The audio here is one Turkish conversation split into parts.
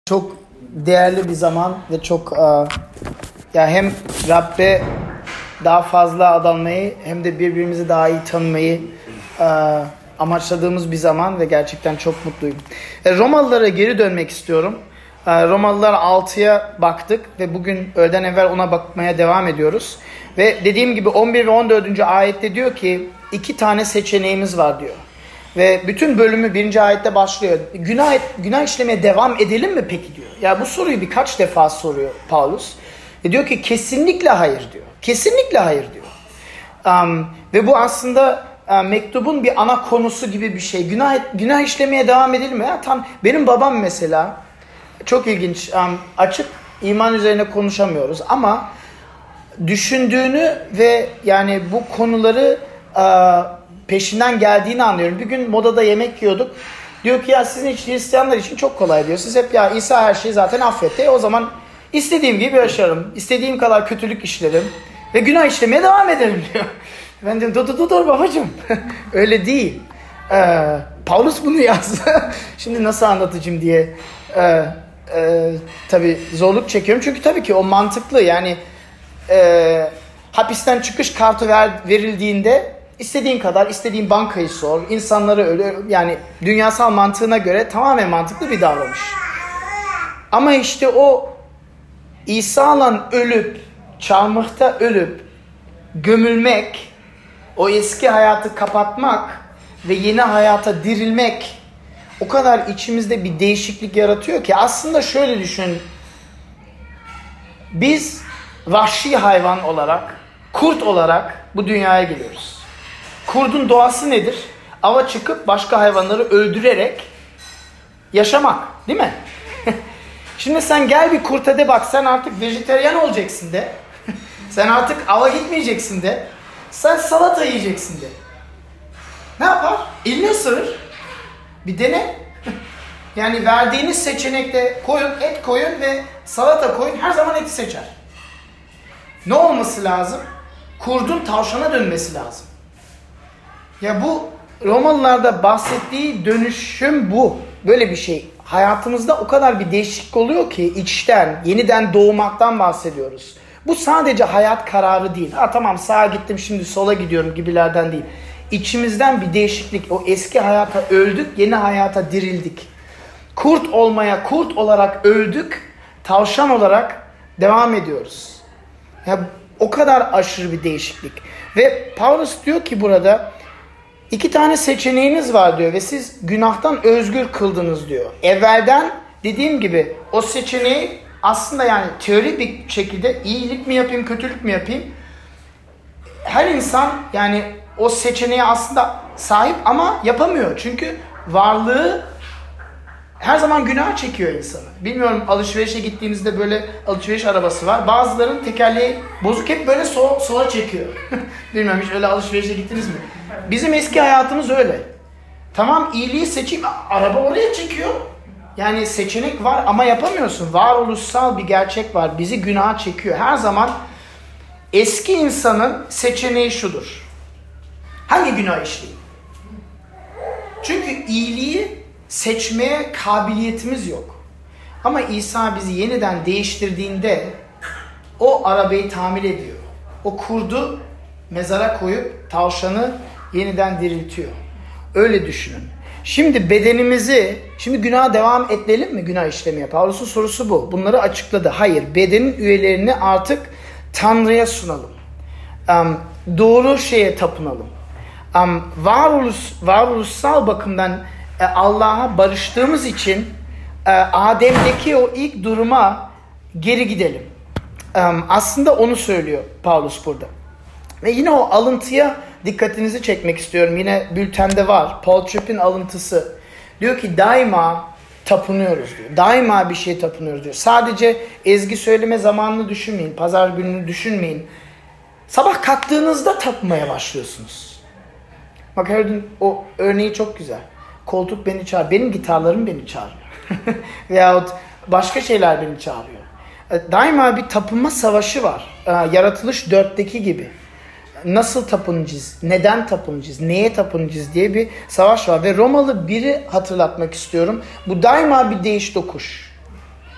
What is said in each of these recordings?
Çok değerli bir zaman ve çok ya hem Rabbe daha fazla adanmayı hem de birbirimizi daha iyi tanımayı amaçladığımız bir zaman ve gerçekten çok mutluyum. Romalılara geri dönmek istiyorum. Romalılar 6'ya baktık ve bugün öğleden evvel ona bakmaya devam ediyoruz. Ve dediğim gibi 11 ve 14. ayette diyor ki 2 tane seçeneğimiz var diyor. Ve bütün bölümü 1. ayette başlıyor. Günah işlemeye devam edelim mi peki diyor. Ya bu soruyu birkaç defa soruyor Paulus. Ve diyor ki kesinlikle hayır diyor. Kesinlikle hayır diyor. Ve bu aslında mektubun bir ana konusu gibi bir şey. Günah işlemeye devam edelim mi? Ya, benim babam mesela çok ilginç. Açık iman üzerine konuşamıyoruz ama düşündüğünü ve yani bu konuları peşinden geldiğini anlıyorum. Bir gün modada yemek yiyorduk. Diyor ki ya sizin için Hristiyanlar için çok kolay diyor. Siz hep ya İsa her şeyi zaten affetti. O zaman istediğim gibi yaşarım. İstediğim kadar kötülük işlerim. Ve günah işlemeye devam ederim diyor. Ben diyorum dur babacığım. Öyle değil. Paulus bunu yazdı. Şimdi nasıl anlatacağım diye tabii zorluk çekiyorum. Çünkü tabii ki o mantıklı. Yani hapisten çıkış kartı verildiğinde İstediğin kadar, istediğin bankayı sor, insanları öyle, yani dünyasal mantığına göre tamamen mantıklı bir davranış. Ama işte o İsa'la ölüp, çarmıhta ölüp, gömülmek, o eski hayatı kapatmak ve yeni hayata dirilmek o kadar içimizde bir değişiklik yaratıyor ki aslında şöyle düşün, biz vahşi hayvan olarak, kurt olarak bu dünyaya geliyoruz. Kurdun doğası nedir? Ava çıkıp başka hayvanları öldürerek yaşamak, değil mi? Şimdi sen gel bir kurta de bak sen artık vejetaryen olacaksın de. Sen artık ava gitmeyeceksin de. Sen salata yiyeceksin de. Ne yapar? Elini ısırır. Bir dene. Yani verdiğiniz seçenekte et koyun ve salata koyun, her zaman eti seçer. Ne olması lazım? Kurdun tavşana dönmesi lazım. Ya bu Romalılarda bahsettiği dönüşüm bu. Böyle bir şey. Hayatımızda o kadar bir değişiklik oluyor ki içten, yeniden doğmaktan bahsediyoruz. Bu sadece hayat kararı değil. Tamam sağa gittim şimdi sola gidiyorum gibilerden değil. İçimizden bir değişiklik. O eski hayata öldük, yeni hayata dirildik. Kurt olarak öldük, tavşan olarak devam ediyoruz. Ya o kadar aşırı bir değişiklik. Ve Paulus diyor ki burada 2 tane seçeneğiniz var diyor ve siz günahtan özgür kıldınız diyor. Evvelden dediğim gibi o seçeneği aslında yani teorik bir şekilde iyilik mi yapayım, kötülük mü yapayım? Her insan yani o seçeneğe aslında sahip ama yapamıyor. Çünkü varlığı her zaman günah çekiyor insanı. Bilmiyorum alışverişe gittiğinizde böyle alışveriş arabası var. Bazılarının tekerleği bozuk hep böyle sola çekiyor. Bilmiyorum hiç öyle alışverişe gittiniz mi? Bizim eski hayatımız öyle. Tamam iyiliği seçeyim araba oraya çekiyor. Yani seçenek var ama yapamıyorsun. Varoluşsal bir gerçek var. Bizi günaha çekiyor. Her zaman eski insanın seçeneği şudur. Hangi günah işleyeyim? Çünkü iyiliği seçmeye kabiliyetimiz yok. Ama İsa bizi yeniden değiştirdiğinde o arabayı tamir ediyor. O kurdu mezara koyup tavşanı yeniden diriltiyor. Öyle düşünün. Şimdi şimdi günaha devam edelim mi günah işlemeye? Paulus'un sorusu bu. Bunları açıkladı. Hayır, bedenin üyelerini artık Tanrı'ya sunalım. Doğru şeye tapınalım. Varoluşsal bakımdan Allah'a barıştığımız için Adem'deki o ilk duruma geri gidelim. Aslında onu söylüyor Paulus burada. Ve yine o alıntıya dikkatinizi çekmek istiyorum. Yine bültende var. Paul Tripp'in alıntısı. Diyor ki daima tapınıyoruz diyor. Daima bir şeye tapınıyoruz diyor. Sadece ezgi söyleme zamanını düşünmeyin. Pazar gününü düşünmeyin. Sabah kalktığınızda tapmaya başlıyorsunuz. Bak her gün o örneği çok güzel. Koltuk beni çağırıyor. Benim gitarlarım beni çağırıyor. Veyahut başka şeyler beni çağırıyor. Daima bir tapınma savaşı var. Yaratılış 4'teki gibi. Nasıl tapınacağız? Neden tapınacağız? Neye tapınacağız diye bir savaş var. Ve Romalı 1'i hatırlatmak istiyorum. Bu daima bir değiş tokuş.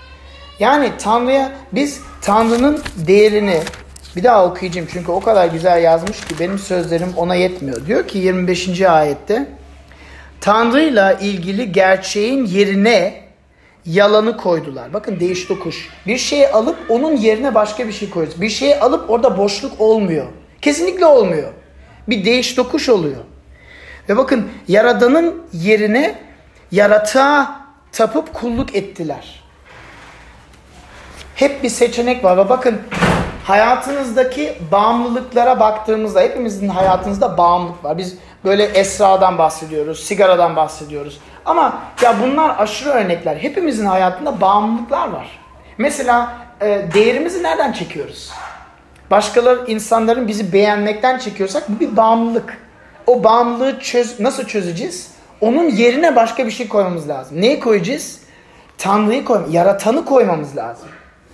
Yani Tanrı'ya biz Tanrı'nın değerini bir daha okuyacağım çünkü o kadar güzel yazmış ki benim sözlerim ona yetmiyor. Diyor ki 25. ayette Tanrı'yla ilgili gerçeğin yerine yalanı koydular. Bakın değiş tokuş. Bir şeyi alıp onun yerine başka bir şey koyuyoruz. Bir şeyi alıp orada boşluk olmuyor. Kesinlikle olmuyor. Bir değiş tokuş oluyor. Ve bakın Yaradan'ın yerine yaratığa tapıp kulluk ettiler. Hep bir seçenek var. Ve bakın hayatınızdaki bağımlılıklara baktığımızda hepimizin hayatınızda bağımlılık var. Biz böyle esradan bahsediyoruz, sigaradan bahsediyoruz. Ama ya bunlar aşırı örnekler. Hepimizin hayatında bağımlılıklar var. Mesela değerimizi nereden çekiyoruz? Başkaları, insanların bizi beğenmekten çekiyorsak bu bir bağımlılık. O bağımlılığı nasıl çözeceğiz? Onun yerine başka bir şey koymamız lazım. Neyi koyacağız? Tanrı'yı yaratanı koymamız lazım.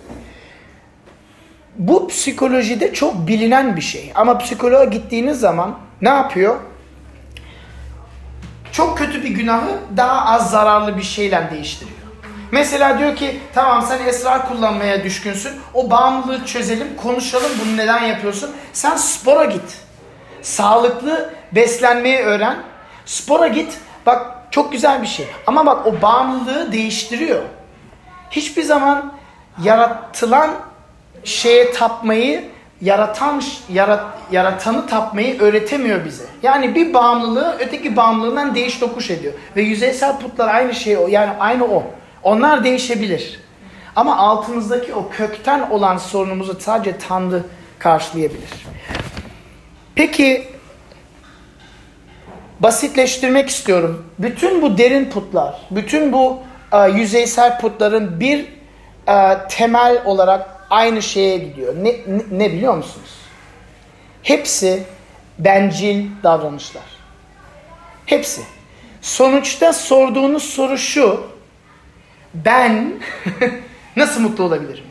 Bu psikolojide çok bilinen bir şey. Ama psikoloğa gittiğiniz zaman ne yapıyor? Çok kötü bir günahı daha az zararlı bir şeyle değiştiriyor. Mesela diyor ki tamam sen esrar kullanmaya düşkünsün. O bağımlılığı çözelim, konuşalım bunu neden yapıyorsun. Sen spora git. Sağlıklı beslenmeyi öğren. Spora git. Bak çok güzel bir şey. Ama bak o bağımlılığı değiştiriyor. Hiçbir zaman yaratılan şeye tapmayı, yaratanı tapmayı öğretemiyor bize. Yani bir bağımlılığı öteki bağımlılığından değiş tokuş ediyor. Ve yüzeysel putlar aynı şey, yani aynı o. Onlar değişebilir. Ama altımızdaki o kökten olan sorunumuzu sadece Tanrı karşılayabilir. Peki basitleştirmek istiyorum. Bütün bu derin putlar, bütün bu yüzeysel putların bir temel olarak aynı şeye gidiyor. Ne biliyor musunuz? Hepsi bencil davranışlar. Hepsi. Sonuçta sorduğunuz soru şu: ben nasıl mutlu olabilirim?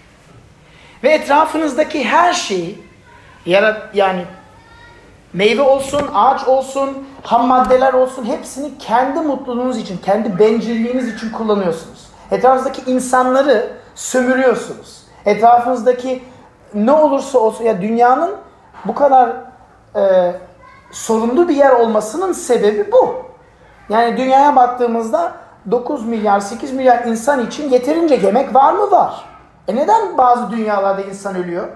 Ve etrafınızdaki her şeyi yani meyve olsun, ağaç olsun, ham maddeler olsun hepsini kendi mutluluğunuz için, kendi bencilliğiniz için kullanıyorsunuz. Etrafınızdaki insanları sömürüyorsunuz. Etrafınızdaki ne olursa olsun ya dünyanın bu kadar sorunlu bir yer olmasının sebebi bu. Yani dünyaya baktığımızda 9 milyar, 8 milyar insan için yeterince yemek var mı? Var. Neden bazı dünyalarda insan ölüyor?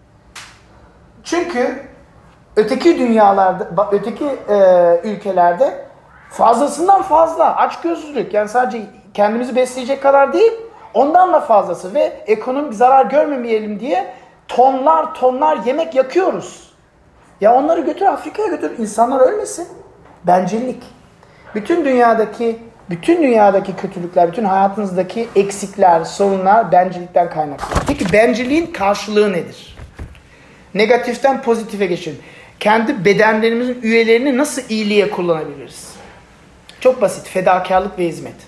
Çünkü öteki dünyalarda, öteki ülkelerde fazlasından fazla açgözlülük, yani sadece kendimizi besleyecek kadar değil, ondan da fazlası ve ekonomik zarar görmemeyelim diye tonlar yemek yakıyoruz. Ya onları götür Afrika'ya götür, insanlar ölmesin. Bencillik. Bütün dünyadaki kötülükler, bütün hayatınızdaki eksikler, sorunlar bencillikten kaynaklı. Peki bencilliğin karşılığı nedir? Negatiften pozitife geçelim. Kendi bedenlerimizin üyelerini nasıl iyiliğe kullanabiliriz? Çok basit. Fedakarlık ve hizmet.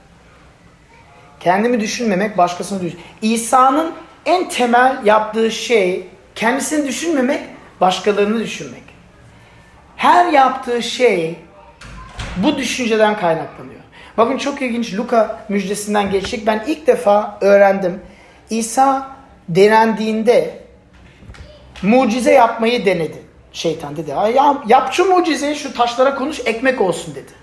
Kendimi düşünmemek, başkasını düşünmemek. İsa'nın en temel yaptığı şey kendisini düşünmemek, başkalarını düşünmek. Her yaptığı şey bu düşünceden kaynaklanıyor. Bakın çok ilginç, Luka müjdesinden geçecek. Ben ilk defa öğrendim. İsa denendiğinde mucize yapmayı denedi. Şeytan dedi. Ya yap şu mucizeyi, şu taşlara konuş, ekmek olsun dedi.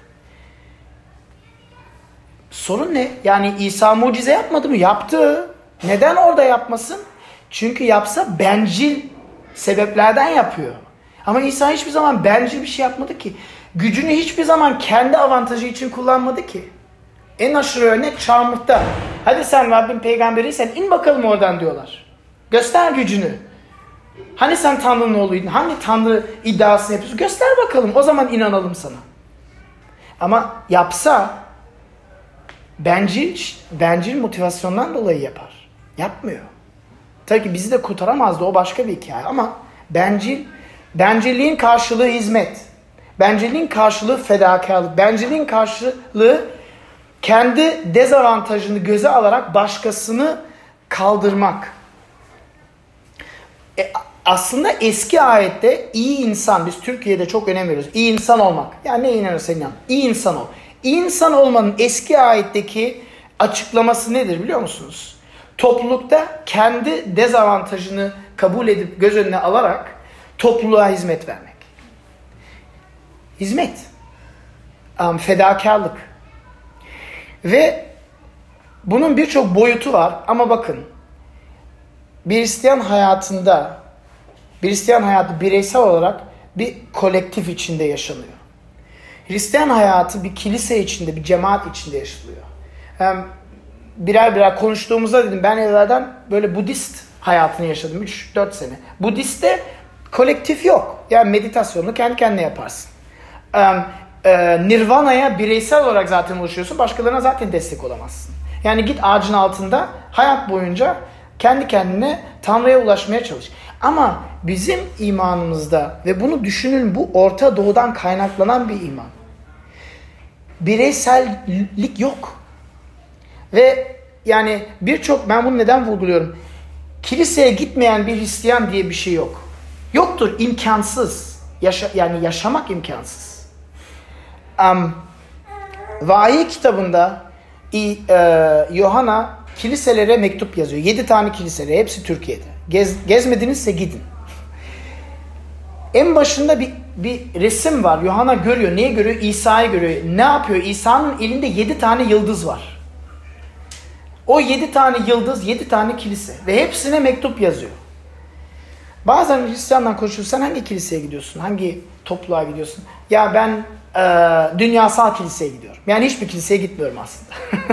Sorun ne? Yani İsa mucize yapmadı mı? Yaptı. Neden orada yapmasın? Çünkü yapsa bencil sebeplerden yapıyor. Ama İsa hiçbir zaman bencil bir şey yapmadı ki. Gücünü hiçbir zaman kendi avantajı için kullanmadı ki. En aşırı örnek Çarmıh'ta. Hadi sen Rabbin peygamberiysen in bakalım oradan diyorlar. Göster gücünü. Hani sen Tanrı'nın oğluydun? Hangi Tanrı iddiasını yapıyorsun? Göster bakalım. O zaman inanalım sana. Ama yapsa bencil motivasyondan dolayı yapar. Yapmıyor. Tabii ki bizi de kurtaramazdı. O başka bir hikaye. Ama bencilliğin karşılığı hizmet. Bencilliğin karşılığı fedakarlık. Bencilliğin karşılığı kendi dezavantajını göze alarak başkasını kaldırmak. Aslında eski ayette iyi insan, biz Türkiye'de çok önem veriyoruz. İyi insan olmak. Yani ne inanırsan inan. İyi insan ol. İyi insan olmanın eski ayetteki açıklaması nedir biliyor musunuz? Toplulukta kendi dezavantajını kabul edip göz önüne alarak topluluğa hizmet vermek. Hizmet. Fedakarlık. Ve bunun birçok boyutu var ama bakın, bir Hristiyan hayatı bireysel olarak bir kolektif içinde yaşanıyor. Hristiyan hayatı bir kilise içinde, bir cemaat içinde yaşanıyor. Birer konuştuğumuzda dedim, ben evvelden böyle Budist hayatını yaşadım 3-4 sene. Budist'te kolektif yok. Yani meditasyonunu kendi kendine yaparsın. Nirvana'ya bireysel olarak zaten ulaşıyorsun. Başkalarına zaten destek olamazsın. Yani git ağacın altında hayat boyunca kendi kendine Tanrı'ya ulaşmaya çalış. Ama bizim imanımızda ve bunu düşünün, bu Orta Doğu'dan kaynaklanan bir iman. Bireysellik yok. Ve yani ben bunu neden vurguluyorum? Kiliseye gitmeyen bir Hristiyan diye bir şey yok. Yoktur, imkansız. Yani yaşamak imkansız. Vahiy kitabında Yohana kiliselere mektup yazıyor. 7 tane kilisere, hepsi Türkiye'de. Gezmedinizse gidin. En başında bir resim var. Yohana görüyor. Neyi görüyor? İsa'yı görüyor. Ne yapıyor? İsa'nın elinde 7 tane yıldız var. O 7 tane yıldız, 7 tane kilise. Ve hepsine mektup yazıyor. Bazen Hristiyanla konuşuyorsun. Sen hangi kiliseye gidiyorsun? Hangi topluluğa gidiyorsun? Ya ben dünyasal kiliseye gidiyorum. Yani hiçbir kiliseye gitmiyorum aslında.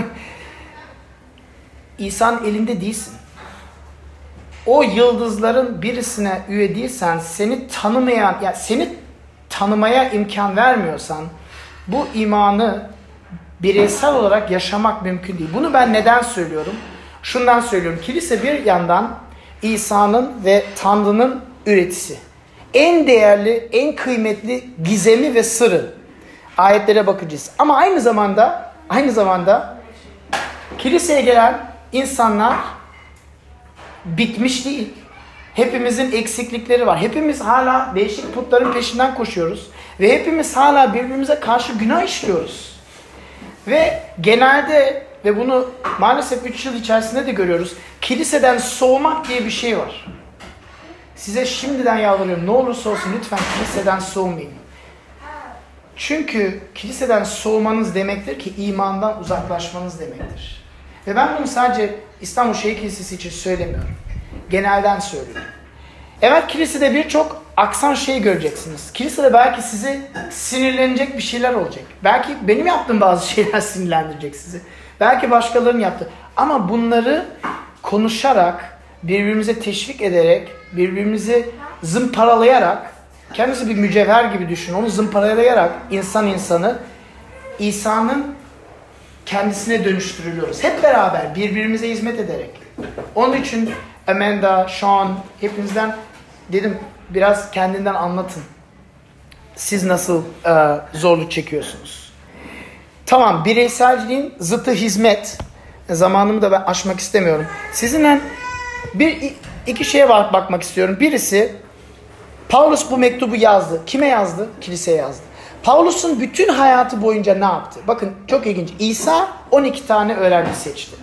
İsa'nın elinde değilsin. O yıldızların birisine üye değilsen, seni tanımaya imkan vermiyorsan, bu imanı bireysel olarak yaşamak mümkün değil. Bunu ben neden söylüyorum? Şundan söylüyorum. Kilise bir yandan İsa'nın ve Tanrı'nın üretisi. En değerli, en kıymetli gizemi ve sırrı. Ayetlere bakacağız. Ama aynı zamanda kiliseye gelen insanlar bitmiş değil. Hepimizin eksiklikleri var. Hepimiz hala değişik putların peşinden koşuyoruz. Ve hepimiz hala birbirimize karşı günah işliyoruz. Ve genelde, ve bunu maalesef 3 yıl içerisinde de görüyoruz, kiliseden soğumak diye bir şey var. Size şimdiden yalvarıyorum, ne olursa olsun lütfen kiliseden soğumayın. Çünkü kiliseden soğumanız demektir ki imandan uzaklaşmanız demektir. Ve ben bunu sadece İstanbul Şehir Kilisesi için söylemiyorum. Genelden söylüyorum. Evet, kilisede birçok aksan şey göreceksiniz. Kilisede belki sizi sinirlenecek bir şeyler olacak. Belki benim yaptığım bazı şeyler sinirlendirecek sizi. Belki başkalarının yaptığı. Ama bunları konuşarak, birbirimize teşvik ederek, birbirimizi zımparalayarak, kendisi bir mücevher gibi düşünün, onu zımparalayarak insanı İsa'nın kendisine dönüştürülüyoruz. Hep beraber birbirimize hizmet ederek. Onun için Amanda, Sean, hepinizden dedim biraz kendinden anlatın. Siz nasıl zorluk çekiyorsunuz? Tamam, bireyselciliğin zıttı hizmet. Zamanımı da ben aşmak istemiyorum. Sizinle iki şeye bakmak istiyorum. Birisi, Paulus bu mektubu yazdı. Kime yazdı? Kiliseye yazdı. Paulus'un bütün hayatı boyunca ne yaptı? Bakın çok ilginç. İsa 12 tane öğrenci seçti.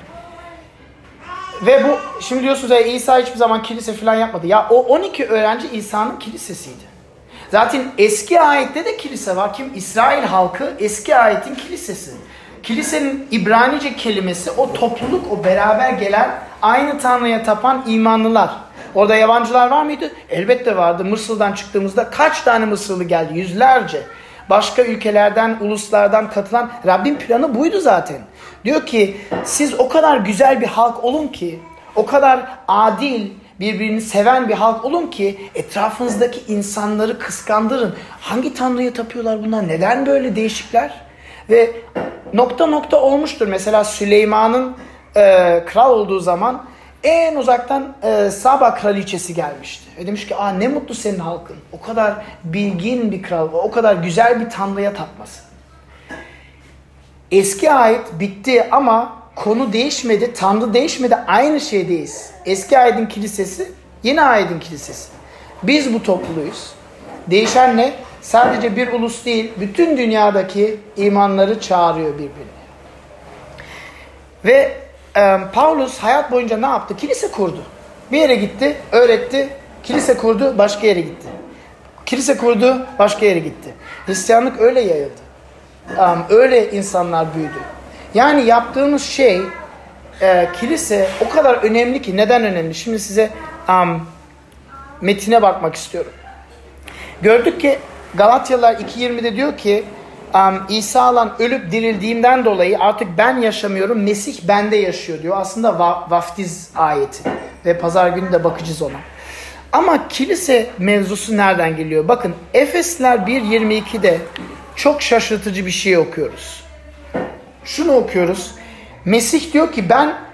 Ve bu, şimdi diyorsunuz ya İsa hiçbir zaman kilise falan yapmadı. Ya o 12 öğrenci İsa'nın kilisesiydi. Zaten eski ayette de kilise var. Kim? İsrail halkı eski ayetin kilisesi. Kilisenin İbranice kelimesi o topluluk, o beraber gelen, aynı Tanrı'ya tapan imanlılar. Orada yabancılar var mıydı? Elbette vardı. Mısır'dan çıktığımızda kaç tane Mısırlı geldi? Yüzlerce. Başka ülkelerden, uluslardan katılan, Rabbin planı buydu zaten. Diyor ki siz o kadar güzel bir halk olun ki, o kadar adil, birbirini seven bir halk olun ki etrafınızdaki insanları kıskandırın. Hangi Tanrı'ya tapıyorlar bunlar? Neden böyle değişikler? Ve nokta nokta olmuştur. Mesela Süleyman'ın kral olduğu zaman en uzaktan Saba kraliçesi gelmişti. Ve demiş ki ne mutlu senin halkın. O kadar bilgin bir kral, o kadar güzel bir Tanrı'ya tapması. Eski ayet bitti ama konu değişmedi, Tanrı değişmedi, aynı şeydeyiz. Eski ayetin kilisesi, yeni ayetin kilisesi. Biz bu topluluğuyuz. Değişen ne? Sadece bir ulus değil, bütün dünyadaki imanları çağırıyor birbirine. Ve Paulus hayat boyunca ne yaptı? Kilise kurdu. Bir yere gitti, öğretti. Kilise kurdu, başka yere gitti. Kilise kurdu, başka yere gitti. Hristiyanlık öyle yayıldı. Öyle insanlar büyüdü. Yani yaptığımız şey, kilise o kadar önemli ki. Neden önemli? Şimdi size metine bakmak istiyorum. Gördük ki Galatyalılar 2.20'de diyor ki İsa'la ölüp dirildiğimden dolayı artık ben yaşamıyorum, Mesih bende yaşıyor diyor. Aslında vaftiz ayeti ve pazar günü de bakacağız ona. Ama kilise mevzusu nereden geliyor? Bakın Efesliler 1.22'de çok şaşırtıcı bir şey okuyoruz. Şunu okuyoruz. Mesih diyor ki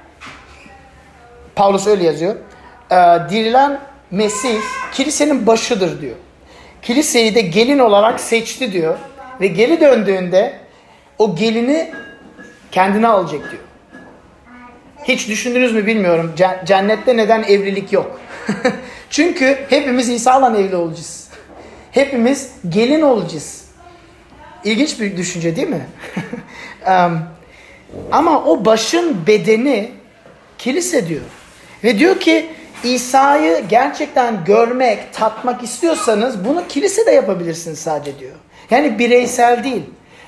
Paulus öyle yazıyor. Dirilen Mesih kilisenin başıdır diyor. Kiliseyi de gelin olarak seçti diyor. Ve geri döndüğünde o gelini kendine alacak diyor. Hiç düşündünüz mü bilmiyorum. Cennette neden evlilik yok? Çünkü hepimiz İsa'la evli olacağız. Hepimiz gelin olacağız. İlginç bir düşünce değil mi? Ama o başın bedeni kilise diyor. Ve diyor ki İsa'yı gerçekten görmek, tatmak istiyorsanız bunu kilisede yapabilirsiniz sadece diyor. Yani bireysel değil.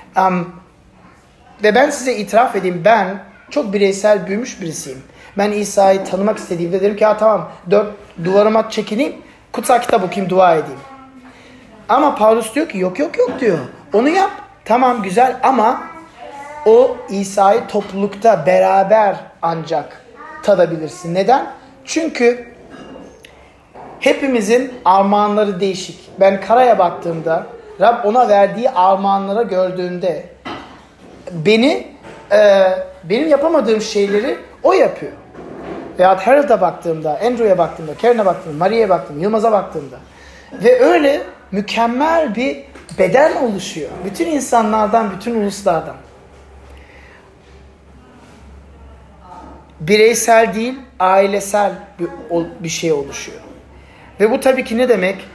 Ve ben size itiraf edeyim, ben çok bireysel büyümüş birisiyim. Ben İsa'yı tanımak istediğimde derim ki tamam 4 duvarıma çekileyim, kutsal kitap okuyayım, dua edeyim. Ama Paulus diyor ki yok diyor. Onu yap. Tamam güzel ama o İsa'yı toplulukta beraber ancak tadabilirsin. Neden? Çünkü hepimizin armağanları değişik. Ben Kara'ya baktığımda Rab ona verdiği armağanlara gördüğümde benim yapamadığım şeyleri o yapıyor. Veyahut Harold'a baktığımda, Andrew'ya baktığımda, Karen'e baktığımda, Maria'ya baktığımda, Yılmaz'a baktığımda ve öyle mükemmel bir beden oluşuyor. Bütün insanlardan, bütün uluslardan. Bireysel değil, ailesel bir şey oluşuyor. Ve bu tabii ki ne demek?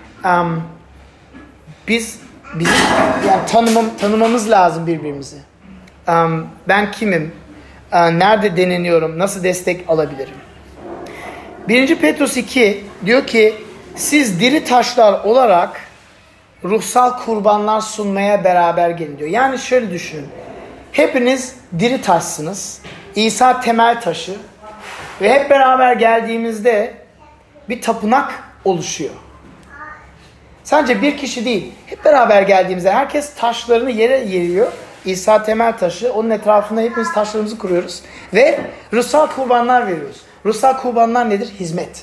Bizim yani tanımamız lazım birbirimizi. Ben kimim? Nerede deneniyorum? Nasıl destek alabilirim? 1. Petrus 2 diyor ki siz diri taşlar olarak ruhsal kurbanlar sunmaya beraber gelin diyor. Yani şöyle düşünün. Hepiniz diri taşsınız. İsa temel taşı. Ve hep beraber geldiğimizde bir tapınak oluşuyor. Sadece bir kişi değil. Hep beraber geldiğimizde herkes taşlarını yere yeriyor. İsa temel taşı. Onun etrafında hepimiz taşlarımızı kuruyoruz. Ve ruhsal kurbanlar veriyoruz. Ruhsal kurbanlar nedir? Hizmet.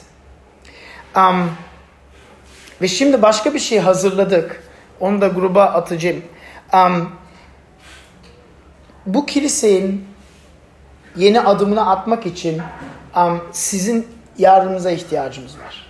Ve şimdi başka bir şey hazırladık. Onu da gruba atacağım. Bu kilisenin yeni adımını atmak için sizin yardımınıza ihtiyacımız var.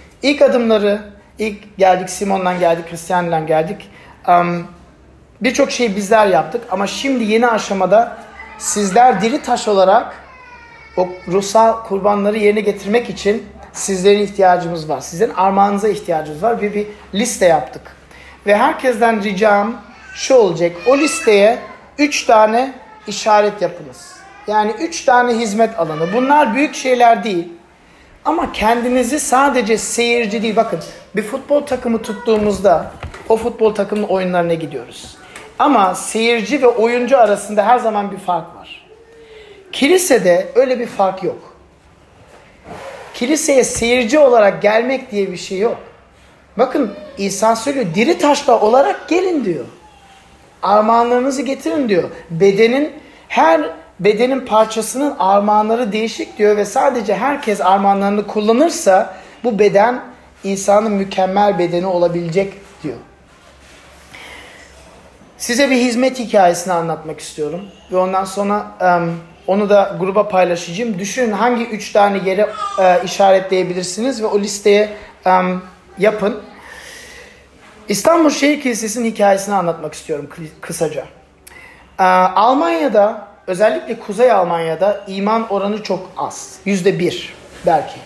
İlk geldik, Simon'dan geldik, Hristiyan'dan geldik. Birçok şey bizler yaptık ama şimdi yeni aşamada sizler diri taş olarak o ruhsal kurbanları yerine getirmek için sizlerin ihtiyacımız var. Sizlerin armağanınıza ihtiyacımız var. Bir liste yaptık. Ve herkesten ricam şu olacak. O listeye 3 tane işaret yapınız. Yani 3 tane hizmet alanı. Bunlar büyük şeyler değil. Ama kendinizi sadece seyirci değil. Bakın bir futbol takımı tuttuğumuzda o futbol takımının oyunlarına gidiyoruz. Ama seyirci ve oyuncu arasında her zaman bir fark var. Kilisede öyle bir fark yok. Kiliseye seyirci olarak gelmek diye bir şey yok. Bakın İsa söylüyor, diri taşla olarak gelin diyor. Armağanlarınızı getirin diyor. Her bedenin parçasının armağanları değişik diyor ve sadece herkes armağanlarını kullanırsa bu beden İsa'nın mükemmel bedeni olabilecek diyor. Size bir hizmet hikayesini anlatmak istiyorum ve ondan sonra onu da gruba paylaşacağım. Düşünün hangi 3 tane yere işaretleyebilirsiniz ve o listeye yapın. İstanbul Şehir Kilisesi'nin hikayesini anlatmak istiyorum kısaca. Almanya'da, özellikle Kuzey Almanya'da iman oranı çok az. %1 belki.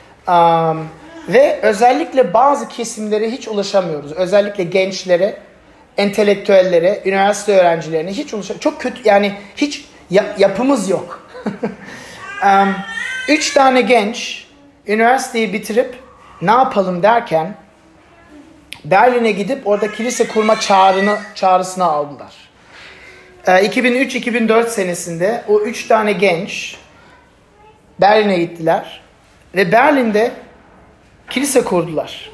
Ve özellikle bazı kesimlere hiç ulaşamıyoruz. Özellikle gençlere, entelektüellere, üniversite öğrencilerine hiç ulaşamıyoruz. Çok kötü, yani hiç yapımız yok. Üç tane genç üniversiteyi bitirip ne yapalım derken Berlin'e gidip orada kilise kurma çağrısını aldılar. 2003-2004 senesinde o üç tane genç Berlin'e gittiler ve Berlin'de kilise kurdular.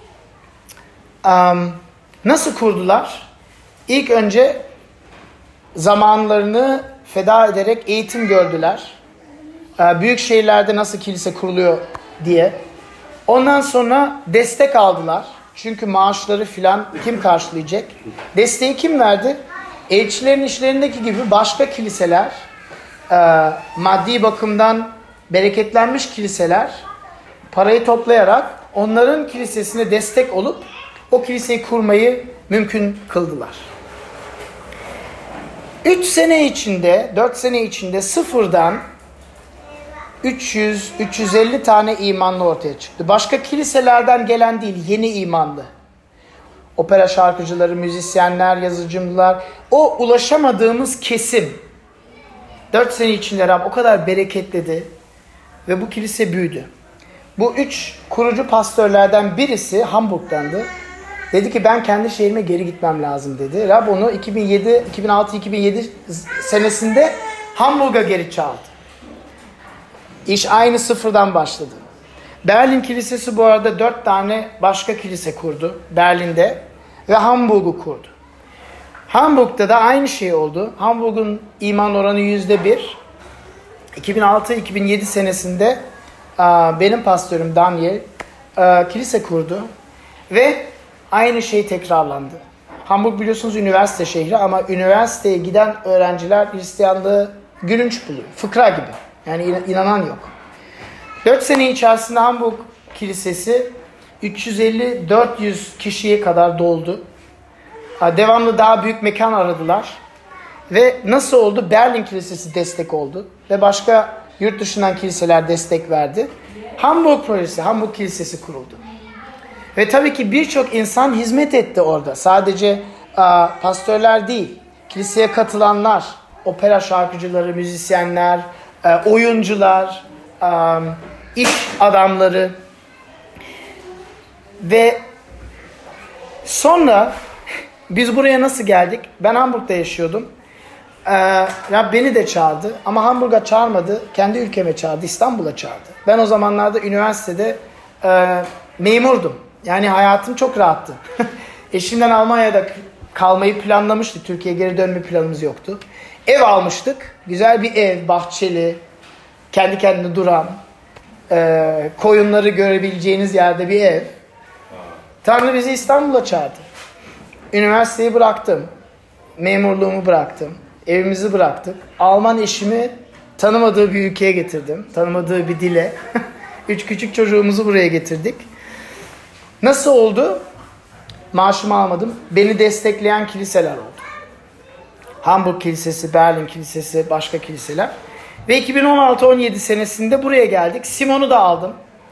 Nasıl kurdular? İlk önce zamanlarını feda ederek eğitim gördüler. Büyük şehirlerde nasıl kilise kuruluyor diye. Ondan sonra destek aldılar. Çünkü maaşları filan kim karşılayacak? Desteği kim verdi? Elçilerin işlerindeki gibi başka kiliseler, maddi bakımdan bereketlenmiş kiliseler parayı toplayarak onların kilisesine destek olup o kiliseyi kurmayı mümkün kıldılar. 4 sene içinde sıfırdan 300-350 tane imanlı ortaya çıktı. Başka kiliselerden gelen değil, yeni imanlı. Opera şarkıcıları, müzisyenler, yazıcılar, o ulaşamadığımız kesim. 4 sene içinde Rab o kadar bereketledi ve bu kilise büyüdü. Bu 3 kurucu pastörlerden birisi Hamburg'tandı. Dedi ki ben kendi şehrime geri gitmem lazım dedi. Rab onu 2006-2007 senesinde Hamburg'a geri çağırdı. İş aynı sıfırdan başladı. Berlin Kilisesi bu arada 4 tane başka kilise kurdu Berlin'de ve Hamburg'u kurdu. Hamburg'da da aynı şey oldu. Hamburg'un iman oranı %1. 2006-2007 senesinde benim pastörüm Daniel kilise kurdu ve aynı şey tekrarlandı. Hamburg biliyorsunuz üniversite şehri ama üniversiteye giden öğrenciler Hristiyanlığı gülünç buluyor. Fıkra gibi. Yani inanan yok. 4 sene içerisinde Hamburg Kilisesi 350-400 kişiye kadar doldu. Devamlı daha büyük mekan aradılar. Ve nasıl oldu? Berlin Kilisesi destek oldu. Ve başka yurt dışından kiliseler destek verdi. Hamburg projesi, Hamburg Kilisesi kuruldu. Ve tabii ki birçok insan hizmet etti orada. Sadece pastörler değil, kiliseye katılanlar, opera şarkıcıları, müzisyenler, oyuncular, iş adamları. Ve sonra biz buraya nasıl geldik? Ben Hamburg'da yaşıyordum. Ya beni de çağırdı ama Hamburg'a çağırmadı. Kendi ülkeme çağırdı, İstanbul'a çağırdı. Ben o zamanlarda üniversitede memurdum. Yani hayatım çok rahattı. Eşimden Almanya'da kalmayı planlamıştık. Türkiye'ye geri dönme planımız yoktu. Ev almıştık. Güzel bir ev, bahçeli, kendi kendine duran, koyunları görebileceğiniz yerde bir ev. Tanrı bizi İstanbul'a çağırdı. Üniversiteyi bıraktım. Memurluğumu bıraktım. Evimizi bıraktık. Alman eşimi tanımadığı bir ülkeye getirdim. Tanımadığı bir dile. 3 küçük çocuğumuzu buraya getirdik. Nasıl oldu? Maaşımı almadım. Beni destekleyen kiliseler oldu. Hamburg Kilisesi, Berlin Kilisesi, başka kiliseler. Ve 2016-17 senesinde buraya geldik. Simon'u da aldım.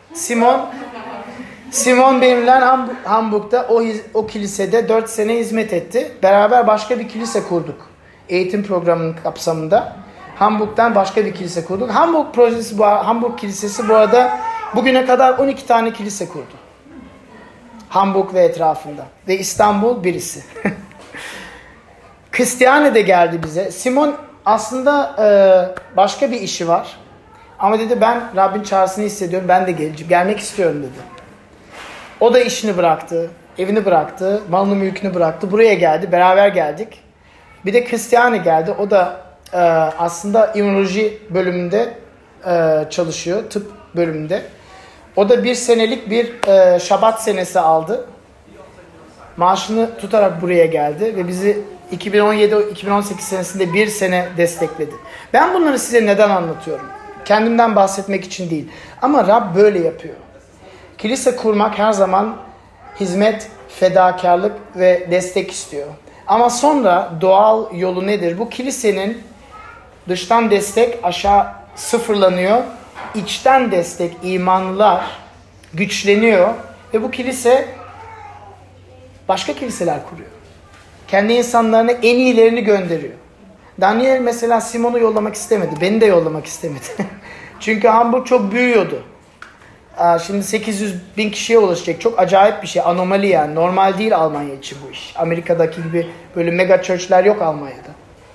Simon benimle Hamburg'da o kilisede 4 sene hizmet etti. Beraber başka bir kilise kurduk. Eğitim programının kapsamında. Hamburg'dan başka bir kilise kurduk. Hamburg Kilisesi bu arada bugüne kadar 12 tane kilise kurdu. Hamburg ve etrafında. Ve İstanbul birisi. Christiane de geldi bize. Simon aslında başka bir işi var. Ama dedi ben Rabbin çağrısını hissediyorum. Ben de geleceğim. Gelmek istiyorum dedi. O da işini bıraktı. Evini bıraktı. Malını mülkünü bıraktı. Buraya geldi. Beraber geldik. Bir de Christiane geldi. O da aslında immünoloji bölümünde çalışıyor. Tıp bölümünde. O da 1 senelik bir şabat senesi aldı. Maaşını tutarak buraya geldi. Ve bizi 2017-2018 senesinde 1 sene destekledi. Ben bunları size neden anlatıyorum? Kendimden bahsetmek için değil. Ama Rab böyle yapıyor. Kilise kurmak her zaman hizmet, fedakarlık ve destek istiyor. Ama sonra doğal yolu nedir? Bu kilisenin dıştan destek aşağı sıfırlanıyor. İçten destek, imanlılar güçleniyor. Ve bu kilise başka kiliseler kuruyor. Kendi insanlarına en iyilerini gönderiyor. Daniel mesela Simon'u yollamak istemedi. Beni de yollamak istemedi. Çünkü Hamburg çok büyüyordu. Şimdi 800 bin kişiye ulaşacak. Çok acayip bir şey. Anomali yani. Normal değil Almanya için bu iş. Amerika'daki gibi böyle mega church'ler yok Almanya'da.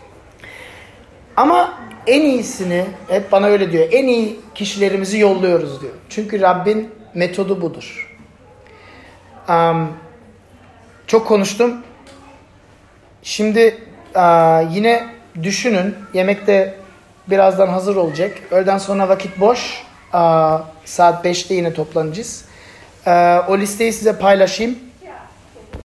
Ama en iyisini, hep bana öyle diyor, en iyi kişilerimizi yolluyoruz diyor. Çünkü Rabbin metodu budur. Çok konuştum. Şimdi yine düşünün, yemek de birazdan hazır olacak. Öğleden sonra vakit boş. Saat 5'te yine toplanacağız. O listeyi size paylaşayım.